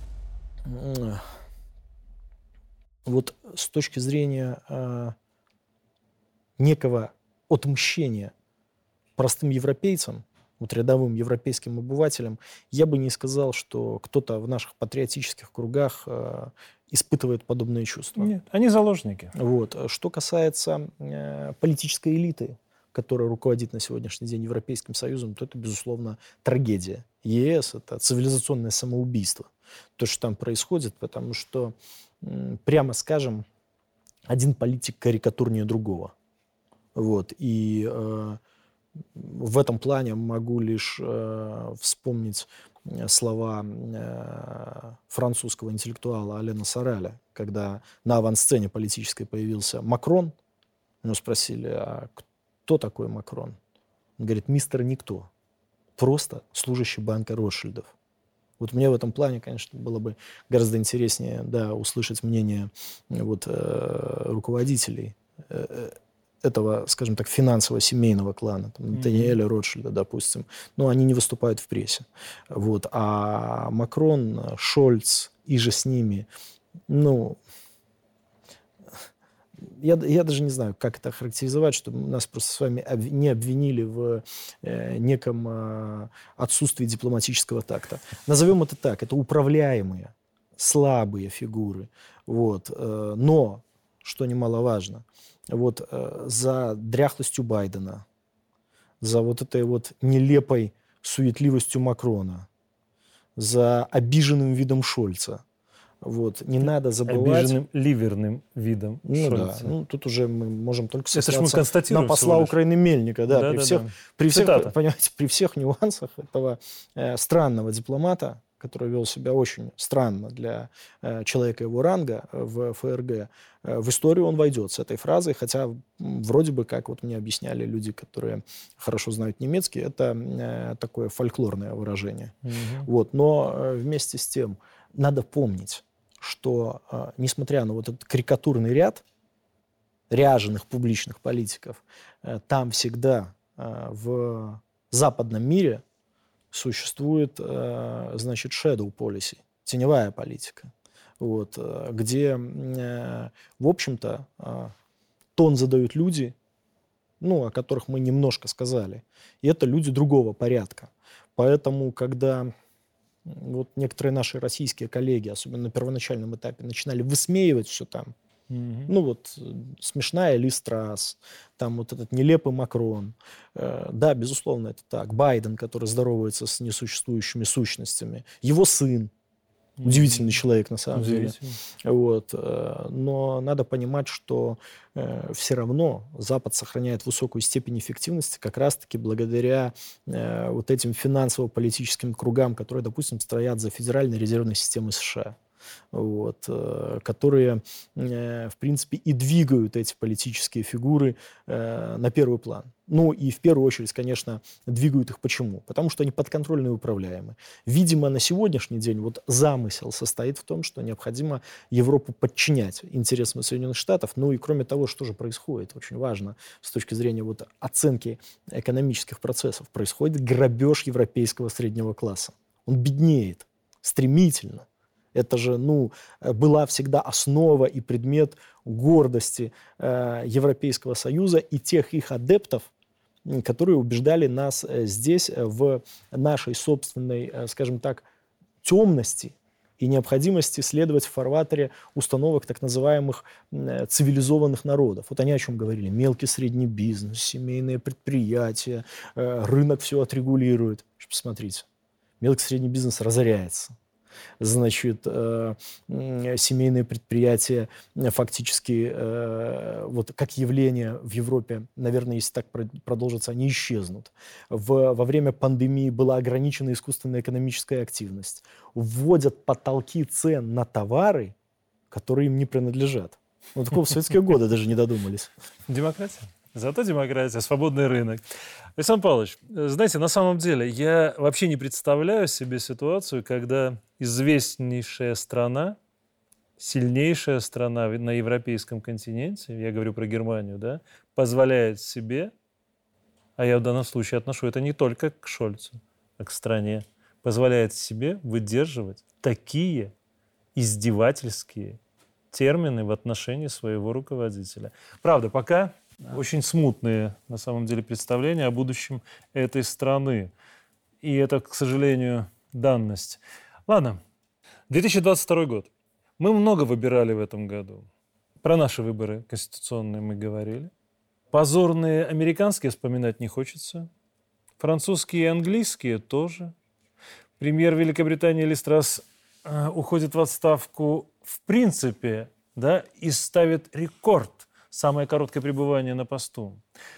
Speaker 2: Вот с точки зрения э, некого отмщения простым европейцам, вот рядовым европейским обывателям, я бы не сказал, что кто-то в наших патриотических кругах э, испытывает подобные чувства.
Speaker 1: Нет, они заложники.
Speaker 2: Вот. Что касается э, политической элиты, которая руководит на сегодняшний день Европейским Союзом, то это, безусловно, трагедия. ЕС – это цивилизационное самоубийство. То, что там происходит, потому что, прямо скажем, один политик карикатурнее другого. Вот. И э, в этом плане могу лишь э, вспомнить слова э, французского интеллектуала Алена Сораля, когда на авансцене политической появился Макрон. Его спросили, а кто такой Макрон? Он говорит, мистер Никто. Просто служащий банка Ротшильдов. Вот мне в этом плане, конечно, было бы гораздо интереснее, да, услышать мнение вот, э, руководителей э, этого, скажем так, финансово-семейного клана, там, Натаниэля Ротшильда, допустим. Но они не выступают в прессе. Вот. А Макрон, Шольц и же с ними, ну... Я, я даже не знаю, как это характеризовать, чтобы нас просто с вами об, не обвинили в э, неком э, отсутствии дипломатического такта. Назовем это так, это управляемые, слабые фигуры. Вот. Э, но, что немаловажно, вот, э, за дряхлостью Байдена, за вот этой вот нелепой суетливостью Макрона, за обиженным видом Шольца, вот, не надо забывать...
Speaker 1: Обиженным ливерным видом
Speaker 2: ну,
Speaker 1: Шольца.
Speaker 2: Да. Ну, тут уже мы можем только
Speaker 1: сослаться
Speaker 2: на посла Украины Мельника. Да,
Speaker 1: да,
Speaker 2: при,
Speaker 1: да,
Speaker 2: всех,
Speaker 1: да.
Speaker 2: при, всех, понимаете, при всех нюансах этого э, странного дипломата, который вел себя очень странно для э, человека его ранга в ФРГ, э, в историю он войдет с этой фразой, хотя вроде бы, как вот мне объясняли люди, которые хорошо знают немецкий, это э, такое фольклорное выражение. Mm-hmm. Вот. Но э, вместе с тем надо помнить, что э, несмотря на вот этот карикатурный ряд ряженых публичных политиков, э, там всегда э, в западном мире существует, э, значит, shadow policy, теневая политика, вот, э, где, э, в общем-то, э, тон задают люди, ну, о которых мы немножко сказали, и это люди другого порядка. Поэтому, когда вот некоторые наши российские коллеги, особенно на первоначальном этапе, начинали высмеивать все там, Mm-hmm. ну вот смешная Ли Страс, там вот этот нелепый Макрон. Э, да, безусловно, это так. Байден, который здоровается с несуществующими сущностями. Его сын. Mm-hmm. Удивительный человек, на самом деле. Вот. Э, но надо понимать, что э, все равно Запад сохраняет высокую степень эффективности как раз-таки благодаря э, вот этим финансово-политическим кругам, которые, допустим, стоят за Федеральной резервной системой США. Вот, э, которые, э, в принципе, и двигают эти политические фигуры э, на первый план. Ну и в первую очередь, конечно, двигают их почему? Потому что они подконтрольны и управляемы. Видимо, на сегодняшний день вот замысел состоит в том, что необходимо Европу подчинять интересам Соединенных Штатов. Ну и кроме того, что же происходит, очень важно с точки зрения вот оценки экономических процессов, происходит грабеж европейского среднего класса. Он беднеет стремительно. Это же, ну, была всегда основа и предмет гордости э, Европейского Союза и тех их адептов, которые убеждали нас э, здесь в нашей собственной, э, скажем так, темности и необходимости следовать в фарватере установок так называемых э, цивилизованных народов. Вот они о чем говорили. Мелкий средний бизнес, семейные предприятия, э, рынок все отрегулирует. Посмотрите, мелкий средний бизнес разоряется. Значит, э, семейные предприятия фактически э, вот как явление в Европе, наверное, если так продолжится, они исчезнут. В, во время пандемии была ограничена искусственная экономическая активность. Вводят потолки цен на товары, которые им не принадлежат. Ну, такого в советские годы даже не додумались.
Speaker 1: Демократия. Зато демократия, свободный рынок. Александр Павлович, знаете, на самом деле я вообще не представляю себе ситуацию, когда известнейшая страна, сильнейшая страна на европейском континенте, я говорю про Германию, да, позволяет себе, а я в данном случае отношу это не только к Шольцу, а к стране, позволяет себе выдерживать такие издевательские термины в отношении своего руководителя. Правда, пока... Очень смутные, на самом деле, представления о будущем этой страны. И это, к сожалению, данность. Ладно, две тысячи двадцать второй год. Мы много выбирали в этом году. Про наши выборы конституционные мы говорили. Позорные американские вспоминать не хочется. Французские и английские тоже. Премьер Великобритании Ли Страс э, уходит в отставку в принципе, да, и ставит рекорд. Самое короткое пребывание на посту.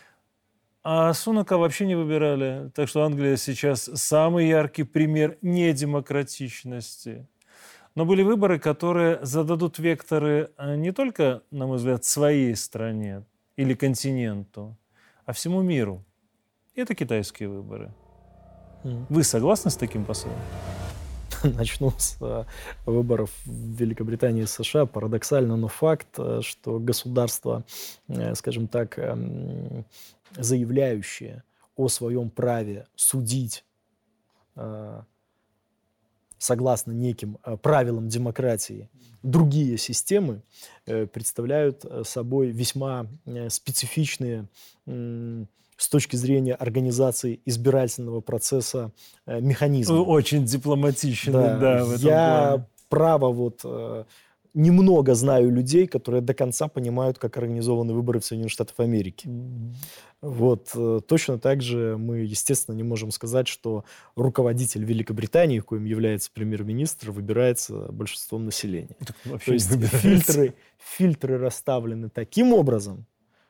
Speaker 1: А Сунака вообще не выбирали. Так что Англия сейчас самый яркий пример недемократичности. Но были выборы, которые зададут векторы не только, на мой взгляд, своей стране или континенту, а всему миру. И это китайские выборы. Вы согласны с таким посылом?
Speaker 2: Начну с э, выборов в Великобритании и США. Парадоксально, но факт, что государство, э, скажем так, э, заявляющее о своем праве судить э, согласно неким э, правилам демократии другие системы, э, представляют собой весьма э, специфичные э, с точки зрения организации избирательного процесса э, механизма.
Speaker 1: Очень дипломатичный, да, да, в этом
Speaker 2: Я,
Speaker 1: плане.
Speaker 2: право, вот, э, немного знаю людей, которые до конца понимают, как организованы выборы в Соединенных Штатах Америки. Mm-hmm. Вот, э, точно так же мы, естественно, не можем сказать, что руководитель Великобритании, коим является премьер-министр, выбирается большинством населения. То есть фильтры, фильтры расставлены таким образом,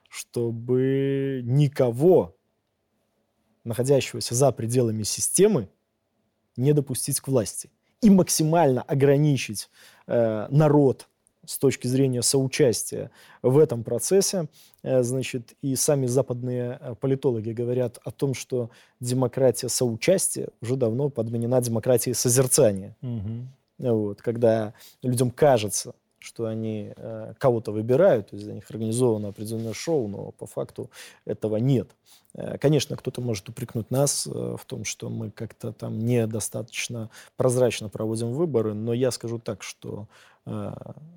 Speaker 2: чтобы никого, находящегося за пределами системы, не допустить к власти. и максимально ограничить э, народ с точки зрения соучастия в этом процессе. Э, значит, и сами западные политологи говорят о том, что демократия соучастия уже давно подменена демократией созерцания.
Speaker 1: Угу.
Speaker 2: Вот, когда людям кажется, что они э, кого-то выбирают, то есть для них организовано определенное шоу, но по факту этого нет. Э, конечно, кто-то может упрекнуть нас э, в том, что мы как-то там недостаточно прозрачно проводим выборы, но я скажу так, что э,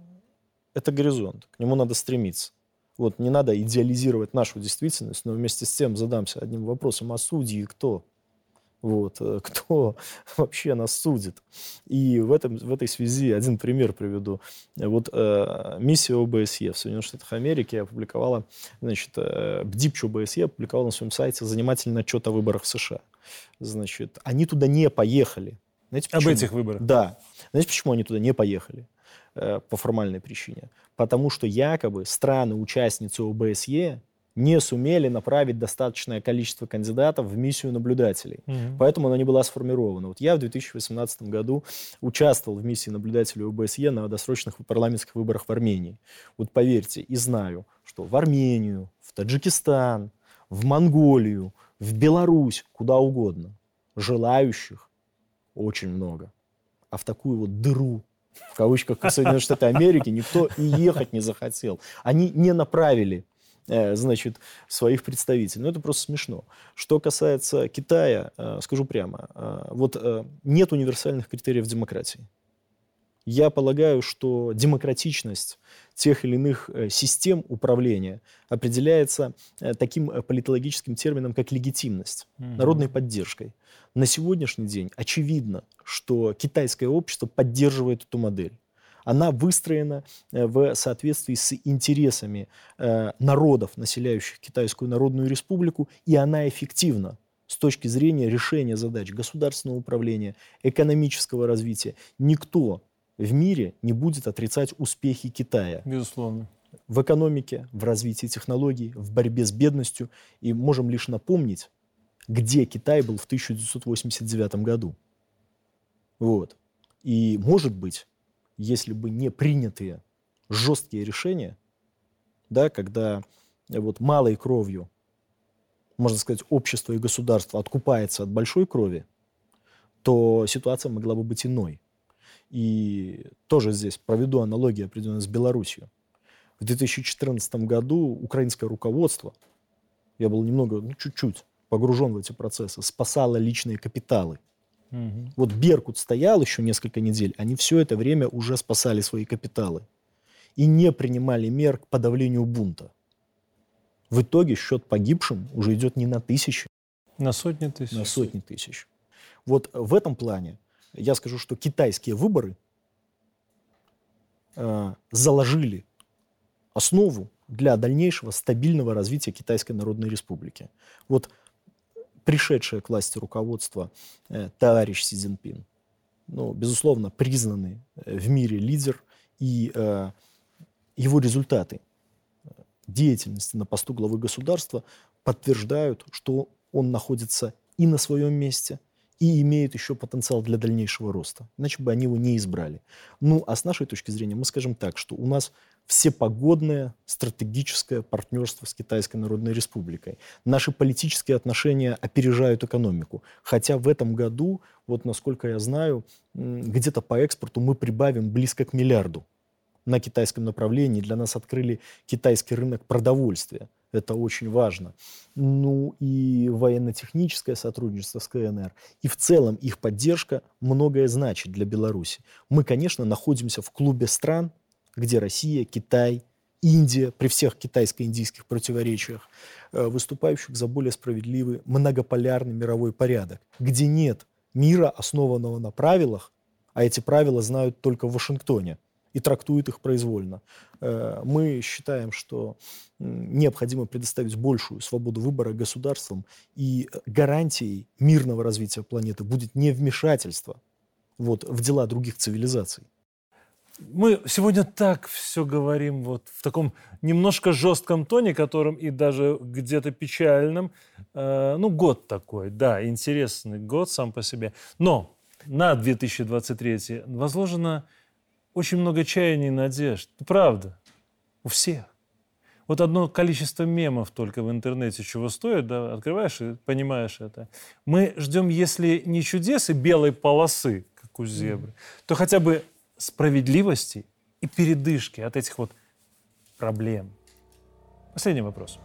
Speaker 2: это горизонт, к нему надо стремиться. Вот, не надо идеализировать нашу действительность, но вместе с тем задамся одним вопросом: а судьи кто? Вот, кто вообще нас судит? И в, этом, в этой связи один пример приведу. Вот э, миссия ОБСЕ в Соединенных Штатах Америки опубликовала, значит, э, БДИПЧ ОБСЕ опубликовала на своем сайте занимательный отчет о выборах в США. Значит, они туда не поехали. Знаете,
Speaker 1: Об
Speaker 2: почему?
Speaker 1: этих выборах?
Speaker 2: Да. Знаете, почему они туда не поехали? Э, по формальной причине. Потому что якобы страны-участницы ОБСЕ не сумели направить достаточное количество кандидатов в миссию наблюдателей.
Speaker 1: Mm-hmm.
Speaker 2: Поэтому она не была сформирована. Вот я в две тысячи восемнадцатом году участвовал в миссии наблюдателей ОБСЕ на досрочных парламентских выборах в Армении. Вот поверьте, и знаю, что в Армению, в Таджикистан, в Монголию, в Беларусь, куда угодно, желающих очень много. А в такую вот дыру, в кавычках, в Соединенные Штаты Америки, никто и ехать не захотел. Они не направили, значит, своих представителей. Ну, это просто смешно. Что касается Китая, скажу прямо, вот нет универсальных критериев демократии. Я полагаю, что демократичность тех или иных систем управления определяется таким политологическим термином, как легитимность, mm-hmm. народной поддержкой. На сегодняшний день очевидно, что китайское общество поддерживает эту модель. Она выстроена в соответствии с интересами э, народов, населяющих Китайскую Народную Республику, и она эффективна с точки зрения решения задач государственного управления, экономического развития. Никто в мире не будет отрицать успехи Китая.
Speaker 1: Безусловно.
Speaker 2: В экономике, в развитии технологий, в борьбе с бедностью. И можем лишь напомнить, где Китай был в тысяча девятьсот восемьдесят девятом году. Вот. И, может быть, если бы не принятые жесткие решения, да, когда вот малой кровью, можно сказать, общество и государство откупается от большой крови, то ситуация могла бы быть иной. И тоже здесь проведу аналогию определенно с Беларусью. В две тысячи четырнадцатом году украинское руководство, я был немного, ну, чуть-чуть погружен в эти процессы, спасало личные капиталы. Угу. Вот Беркут стоял еще несколько недель, они все это время уже спасали свои капиталы и не принимали мер к подавлению бунта. В итоге счет погибшим уже идет не на тысячи,
Speaker 1: на сотни тысяч.
Speaker 2: На сотни тысяч. Вот в этом плане я скажу, что китайские выборы э, заложили основу для дальнейшего стабильного развития Китайской Народной Республики. Вот пришедшее к власти руководство э, товарищ Си Цзиньпин, ну, безусловно, признанный э, в мире лидер, и э, его результаты деятельности на посту главы государства подтверждают, что он находится и на своем месте, и имеет еще потенциал для дальнейшего роста. Иначе бы они его не избрали. Ну, а с нашей точки зрения мы скажем так, что у нас всепогодное стратегическое партнерство с Китайской Народной Республикой. Наши политические отношения опережают экономику. Хотя в этом году, вот насколько я знаю, где-то по экспорту мы прибавим близко к миллиарду на китайском направлении. Для нас открыли китайский рынок продовольствия. Это очень важно. Ну и военно-техническое сотрудничество с КНР. И в целом их поддержка многое значит для Беларуси. Мы, конечно, находимся в клубе стран, где Россия, Китай, Индия, при всех китайско-индийских противоречиях, выступающих за более справедливый многополярный мировой порядок, где нет мира, основанного на правилах, а эти правила знают только в Вашингтоне и трактуют их произвольно. Мы считаем, что необходимо предоставить большую свободу выбора государствам, и гарантией мирного развития планеты будет не вмешательство вот, в дела других цивилизаций.
Speaker 1: Мы сегодня так все говорим вот в таком немножко жестком тоне, которым и даже где-то печальным. Э, ну, год такой, да, интересный год сам по себе. Но на две тысячи двадцать третий возложено очень много чаяний и надежд. Правда. У всех. Вот одно количество мемов только в интернете чего стоит, да, открываешь и понимаешь это. Мы ждем, если не чудес и белой полосы, как у зебры, mm-hmm. то хотя бы справедливости и передышки от этих вот проблем. Последний вопрос.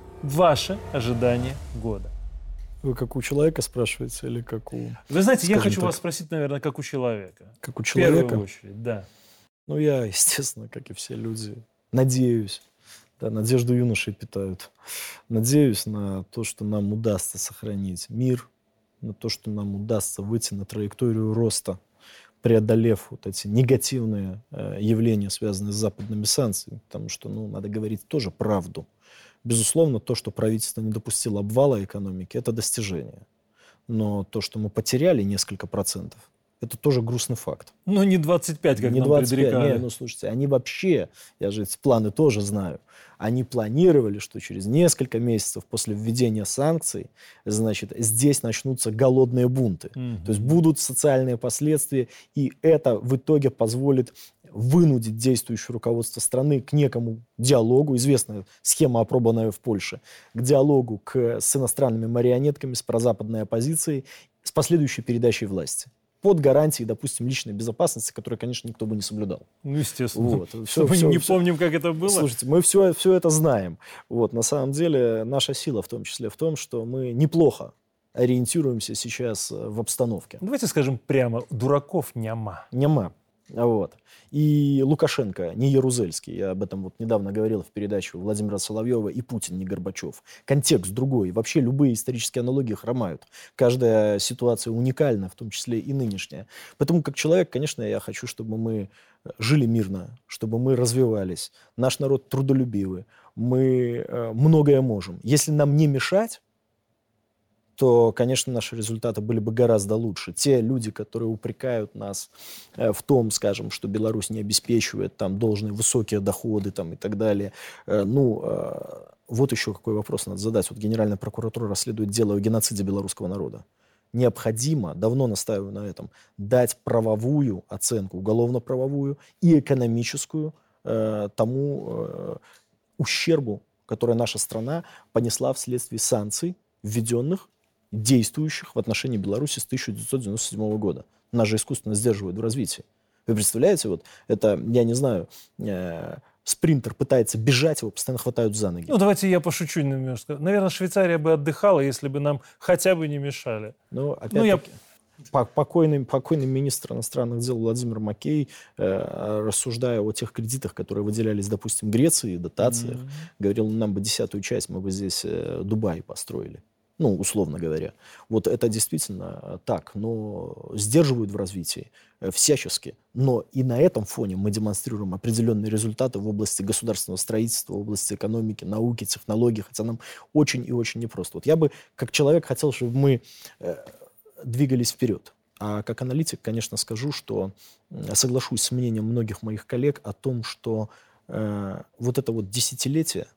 Speaker 1: Ваше ожидание года?
Speaker 2: Вы как у человека спрашиваете или как у...
Speaker 1: Вы знаете, я хочу
Speaker 2: так,
Speaker 1: вас спросить, наверное, как у человека.
Speaker 2: Как у человека?
Speaker 1: В первую очередь, да.
Speaker 2: Ну, я, естественно, как и все люди, надеюсь. Да, надежду юношей питают. Надеюсь на то, что нам удастся сохранить мир, на то, что нам удастся выйти на траекторию роста, преодолев вот эти негативные э, явления, связанные с западными санкциями. Потому что, ну, надо говорить тоже правду. Безусловно, то, что правительство не допустило обвала экономики, это достижение. Но то, что мы потеряли несколько процентов, это тоже грустный факт.
Speaker 1: Но не двадцать пять, как
Speaker 2: не
Speaker 1: нам
Speaker 2: двадцать пять,
Speaker 1: предрекали.
Speaker 2: Не, ну, слушайте, они вообще, я же эти планы тоже знаю, они планировали, что через несколько месяцев после введения санкций, значит, здесь начнутся голодные бунты. Mm-hmm. То есть будут социальные последствия, и это в итоге позволит вынудить действующее руководство страны к некому диалогу, известная схема, опробованная в Польше, к диалогу к, с иностранными марионетками, с прозападной оппозицией, с последующей передачей власти. Под гарантией, допустим, личной безопасности, которую, конечно, никто бы не соблюдал.
Speaker 1: Ну, естественно.
Speaker 2: Вот.
Speaker 1: Все,
Speaker 2: Все,
Speaker 1: мы
Speaker 2: все,
Speaker 1: не
Speaker 2: все.
Speaker 1: помним, как это было.
Speaker 2: Слушайте, мы все, все это знаем. Вот. На самом деле наша сила в том числе в том, что мы неплохо ориентируемся сейчас в обстановке.
Speaker 1: Давайте скажем прямо, дураков няма.
Speaker 2: Няма. Вот. И Лукашенко не Ярузельский. Я об этом вот недавно говорил в передаче Владимира Соловьева. И Путин не Горбачев. Контекст другой. Вообще любые исторические аналогии хромают. Каждая ситуация уникальна, в том числе и нынешняя. Поэтому как человек, конечно, я хочу, чтобы мы жили мирно, чтобы мы развивались. Наш народ трудолюбивый. Мы э, многое можем. Если нам не мешать, то, конечно, наши результаты были бы гораздо лучше. Те люди, которые упрекают нас э, в том, скажем, что Беларусь не обеспечивает там должные высокие доходы там, и так далее, э, ну, э, вот еще какой вопрос надо задать. Вот Генеральная прокуратура расследует дело о геноциде белорусского народа. Необходимо, давно настаиваю на этом, дать правовую оценку, уголовно-правовую и экономическую э, тому э, ущербу, который наша страна понесла вследствие санкций, введенных, действующих в отношении Беларуси с тысяча девятьсот девяносто седьмого года. Нас же искусственно сдерживают в развитии. Вы представляете, вот это, я не знаю, э, спринтер пытается бежать, его постоянно хватают за ноги.
Speaker 1: Ну, давайте я пошучу немножко. Наверное, Швейцария бы отдыхала, если бы нам хотя бы не мешали.
Speaker 2: Ну, опять-таки,
Speaker 1: ну, я...
Speaker 2: покойный, покойный министр иностранных дел Владимир Маккей, э, рассуждая о тех кредитах, которые выделялись, допустим, Греции, дотациях, mm-hmm. говорил, нам бы десятую часть, мы бы здесь э, Дубай построили. Ну, условно говоря. Вот это действительно так, но сдерживают в развитии э, всячески. Но и на этом фоне мы демонстрируем определенные результаты в области государственного строительства, в области экономики, науки, технологий, хотя нам очень и очень непросто. Вот я бы, как человек, хотел, чтобы мы э, двигались вперед. А как аналитик, конечно, скажу, что э, соглашусь с мнением многих моих коллег о том, что э, вот это вот десятилетие,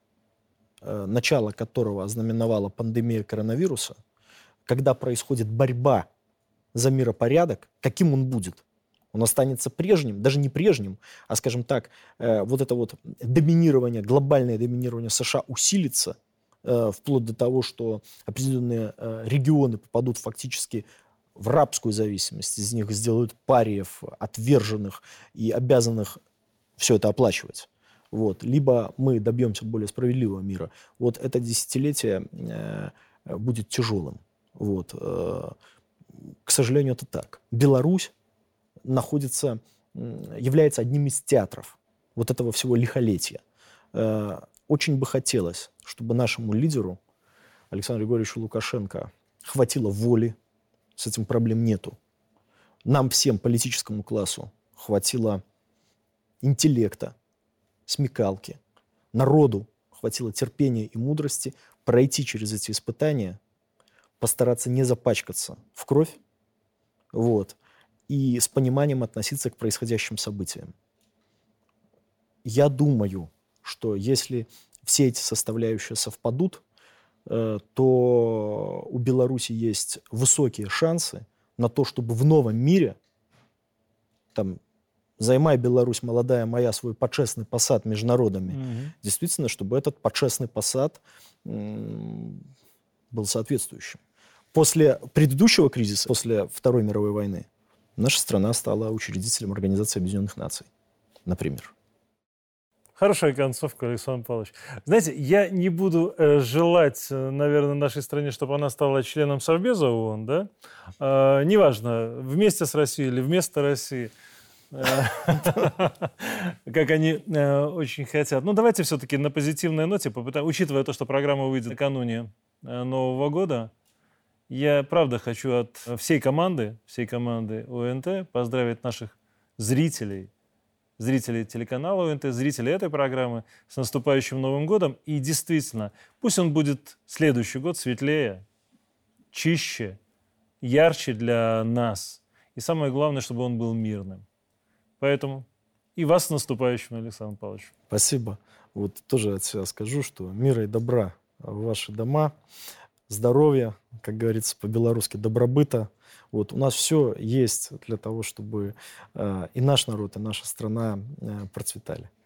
Speaker 2: начало которого ознаменовала пандемия коронавируса, когда происходит борьба за миропорядок, каким он будет? Он останется прежним, даже не прежним, а, скажем так, э, вот это вот доминирование, глобальное доминирование США усилится, э, вплоть до того, что определенные э, регионы попадут фактически в рабскую зависимость, из них сделают париев, отверженных и обязанных все это оплачивать. Вот. Либо мы добьемся более справедливого мира. Вот это десятилетие э, будет тяжелым. Вот. Э, к сожалению, это так. Беларусь находится, э, является одним из театров вот этого всего лихолетия. Э, очень бы хотелось, чтобы нашему лидеру Александру Григорьевичу Лукашенко хватило воли, с этим проблем нету. Нам всем, политическому классу, хватило интеллекта, смекалки. Народу хватило терпения и мудрости пройти через эти испытания, постараться не запачкаться в кровь, вот, и с пониманием относиться к происходящим событиям. Я думаю, что если все эти составляющие совпадут, э, то у Беларуси есть высокие шансы на то, чтобы в новом мире, там, займай, Беларусь молодая моя, свой почесный посад между народами, mm-hmm. действительно, чтобы этот почесный посад м- был соответствующим. После предыдущего кризиса, после Второй мировой войны, наша страна стала учредителем Организации Объединенных Наций, например.
Speaker 1: Хорошая концовка, Александр Павлович. Знаете, я не буду э, желать, наверное, нашей стране, чтобы она стала членом Совбеза ООН, да? Э, неважно, вместе с Россией или вместо России, э, как они э, очень хотят. Ну, давайте все-таки на позитивной ноте, попытаем, учитывая то, что программа выйдет накануне э, Нового года, я, правда, хочу от всей команды, всей команды ОНТ поздравить наших зрителей, зрителей телеканала ОНТ, зрителей этой программы с наступающим Новым годом. И действительно, пусть он будет следующий год светлее, чище, ярче для нас. И самое главное, чтобы он был мирным. Поэтому и вас с наступающим, Александр Павлович.
Speaker 2: Спасибо. Вот тоже от себя скажу, что мира и добра в ваши дома, здоровья, как говорится по-белорусски, добробыта. Вот, у нас все есть для того, чтобы э, и наш народ, и наша страна э, процветали.